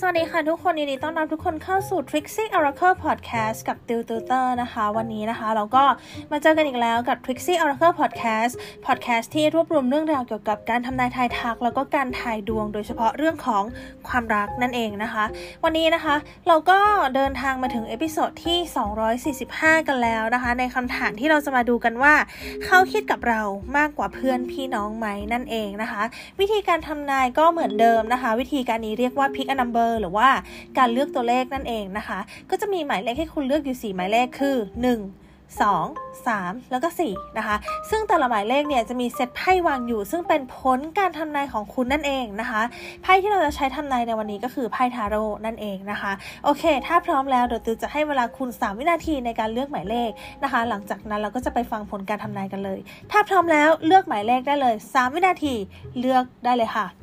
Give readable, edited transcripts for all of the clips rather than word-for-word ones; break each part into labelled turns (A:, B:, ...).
A: สวัสดีค่ะทุกคนยินดีต้อนรับทุกคนเข้าสู่ Trixie Oracle Podcast กับติวตูเตอร์นะคะวันนี้นะคะเราก็มาเจอกันอีกแล้วกับ Trixie Oracle Podcast ที่รวบรวมเรื่องราวเกี่ยวกับการทำนายทายทักแล้วก็การทายดวงโดยเฉพาะเรื่องของความรักนั่นเองนะคะวันนี้นะคะเราก็เดินทางมาถึงเอพิโซดที่245กันแล้วนะคะในคำถามที่เราจะมาดูกันว่าเขาคิดกับเรามากกว่าเพื่อนพี่น้องไหมนั่นเองนะคะวิธีการทำนายก็เหมือนเดิมนะคะวิธีการนี้เรียกว่า Pick a number หรือว่าการเลือกตัวเลขนั่นเองนะคะก็จะมีหมายเลขให้คุณเลือกอยู่4หมายเลขคือ1 2 3แล้วก็4นะคะซึ่งแต่ละหมายเลขเนี่ยจะมีเซตไพ่วางอยู่ซึ่งเป็นผลการทำนายของคุณนั่นเองนะคะไพ่ที่เราจะใช้ทำนายในวันนี้ก็คือไพ่ทาโร่นั่นเองนะคะโอเคถ้าพร้อมแล้วเดี๋ยวติวจะให้เวลาคุณ3วินาทีในการเลือกหมายเลขนะคะหลังจากนั้นเราก็จะไปฟังผลการทำนายกันเลยถ้าพร้อมแล้วเลือกหมายเลขได้เลย3วินาทีเลือกได้เลยค่ะ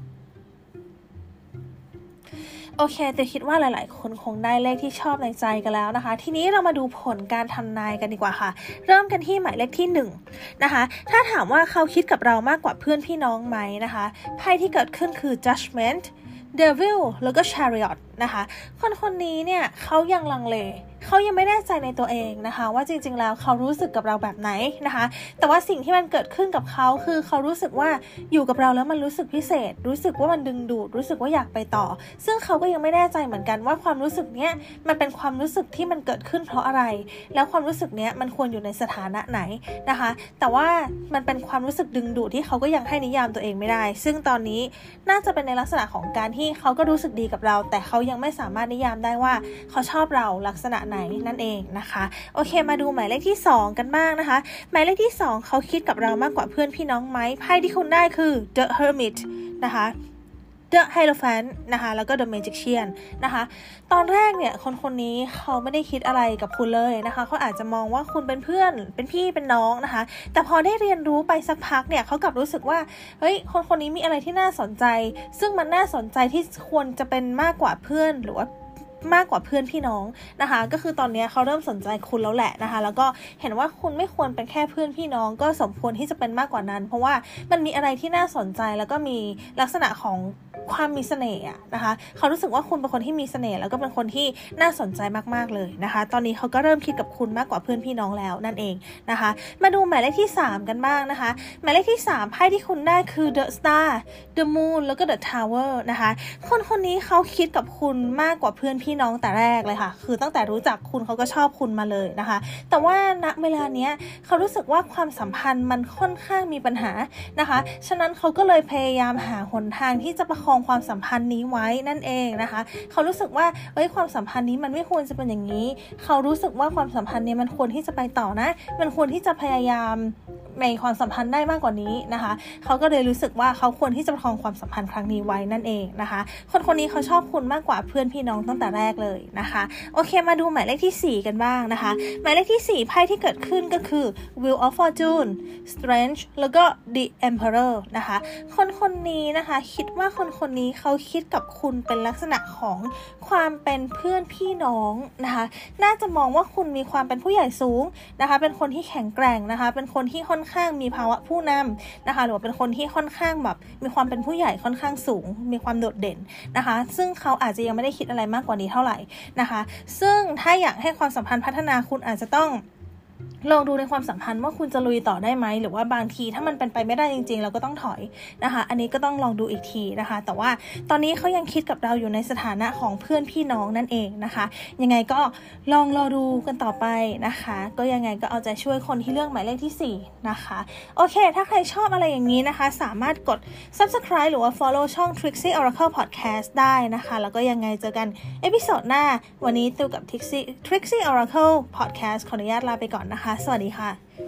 A: โอเคแต่คิดว่าหลายๆคนคงได้เลขที่ชอบในใจกันแล้วนะคะทีนี้เรามาดูผลการทำนายกันดีกว่าค่ะเริ่มกันที่หมายเลขที่1นะคะถ้าถามว่าเขาคิดกับเรามากกว่าเพื่อนพี่น้องไหมนะคะไพ่ที่เกิดขึ้นคือ Judgment Devil แล้วก็ Chariot นะคะคนนี้เนี่ยเขายังลังเลเขายังไม่แน่ใจในตัวเองนะคะว่าจริงๆแล้วเขารู้สึกกับเราแบบไหนนะคะแต่ว่าสิ่งที่มันเกิดขึ้นกับเขาคือเขารู้สึกว่าอยู่กับเราแล้วมันรู้สึกพิเศษรู้สึกว่ามันดึงดูดรู้สึกว่าอยากไปต่อซึ่งเขาก็ยังไม่แน่ใจเหมือนกันว่าความรู้สึกเนี้ยมันเป็นความรู้สึกที่มันเกิดขึ้นเพราะอะไรแล้วความรู้สึกเนี้ยมันควรอยู่ในสถานะไหนนะคะแต่ว่ามันเป็นความรู้สึกดึงดูดที่เขาก็ยังให้นิยามตัวเองไม่ได้ซึ่งตอนนี้น่าจะเป็นในลักษณะของการที่เขาก็รู้สึกดีกับเราแต่เขายังไม่สามารถนิยามได้ว่าเขาชอบเราลักษณะไหนนั่นเองนะคะโอเคมาดูหมายเลขที่2กันบ้างนะคะหมายเลขที่2เขาคิดกับเรามากกว่าเพื่อนพี่น้องไหมไพ่ที่คุณได้คือ The Hermit นะคะ The Hierophant นะคะแล้วก็ The Magician นะคะตอนแรกเนี่ยคนนี้เขาไม่ได้คิดอะไรกับคุณเลยนะคะเขาอาจจะมองว่าคุณเป็นเพื่อนเป็นพี่เป็นน้องนะคะแต่พอได้เรียนรู้ไปสักพักเนี่ยเขากลับรู้สึกว่าเฮ้ยคนนี้มีอะไรที่น่าสนใจซึ่งมันน่าสนใจที่ควรจะเป็นมากกว่าเพื่อนหรือว่ามากกว่าเพื่อนพี่น้องนะคะก็คือตอนนี้เขาเริ่มสนใจคุณแล้วแหละนะคะแล้วก็เห็นว่าคุณไม่ควรเป็นแค่เพื่อนพี่น้องก็สมควรที่จะเป็นมากกว่านั้นเพราะว่ามันมีอะไรที่น่าสนใจแล้วก็มีลักษณะของความมีเสน่ห์นะคะเขารู้สึกว่าคุณเป็นคนที่มีเสน่ห์แล้วก็เป็นคนที่น่าสนใจมากๆเลยนะคะตอนนี้เขาก็เริ่มคิดกับคุณมากกว่าเพื่อนพี่น้องแล้วนั่นเองนะคะมาดูหมายเลขที่3กันบ้างนะคะหมายเลขที่3ไพ่ที่คุณได้คือ The Star The Moon แล้วก็ The Tower นะคะคนนี้เขาคิดกับคุณมากกว่าเพื่อนพี่น้องแต่แรกเลยค่ะคือตั้งแต่รู้จักคุณเขาก็ชอบคุณมาเลยนะคะแต่ว่าณเวลาเนี้ยเขารู้สึกว่าความสัมพันธ์มันค่อนข้างมีปัญหานะคะฉะนั้นเขาก็เลยพยายามหาหนทางที่จะประคองความสัมพันธ์นี้ไว้นั่นเองนะคะเขารู้สึกว่าความสัมพันธ์นี้มันไม่ควรจะเป็นอย่างนี้เขารู้สึกว่าความสัมพันธ์นี้มันควรที่จะไปต่อนะมันควรที่จะพยายามในความสัมพันธ์ได้มากกว่านี้นะคะเขาก็เลยรู้สึกว่าเขาควรที่จะประคองความสัมพันธ์ครั้งนี้ไว้นั่นเองนะคะคนนี้เขาชอบคุณมากกว่าเพื่อนพี่น้องตั้งแต่แรกเลยนะคะโอเคมาดูหมายเลขที่4กันบ้างนะคะหมายเลขที่4ไพ่ที่เกิดขึ้นก็คือ Wheel of Fortune Strength แล้วก็ The Emperor นะคะคนนี้นะคะคิดว่าคนนี้เขาคิดกับคุณเป็นลักษณะของความเป็นเพื่อนพี่น้องนะคะน่าจะมองว่าคุณมีความเป็นผู้ใหญ่สูงนะคะเป็นคนที่แข็งแกร่งนะคะเป็นคนที่ค่อนข้างมีภาวะผู้นำนะคะหรือว่าเป็นคนที่ค่อนข้างแบบมีความเป็นผู้ใหญ่ค่อนข้างสูงมีความโดดเด่นนะคะซึ่งเขาอาจจะยังไม่ได้คิดอะไรมากกว่านี้เท่าไหร่นะคะซึ่งถ้าอยากให้ความสัมพันธ์พัฒนาคุณอาจจะต้องลองดูในความสัมพันธ์ว่าคุณจะลุยต่อได้ไหมหรือว่าบางทีถ้ามันเป็นไปไม่ได้จริงๆเราก็ต้องถอยนะคะอันนี้ก็ต้องลองดูอีกทีนะคะแต่ว่าตอนนี้เขายังคิดกับเราอยู่ในสถานะของเพื่อนพี่น้องนั่นเองนะคะยังไงก็ลองรอดูกันต่อไปนะคะก็ยังไงก็เอาใจช่วยคนที่เลือกหมายเลขที่4นะคะโอเคถ้าใครชอบอะไรอย่างนี้นะคะสามารถกด Subscribe หรือว่า Follow ช่อง Trixie Oracle Podcast ได้นะคะแล้วก็ยังไงเจอกันเอพิโซดหน้าวันนี้ติวกับ Trixie Oracle Podcast ขออนุญาตลาไปก่อนนะคะสวัสดีค่ะ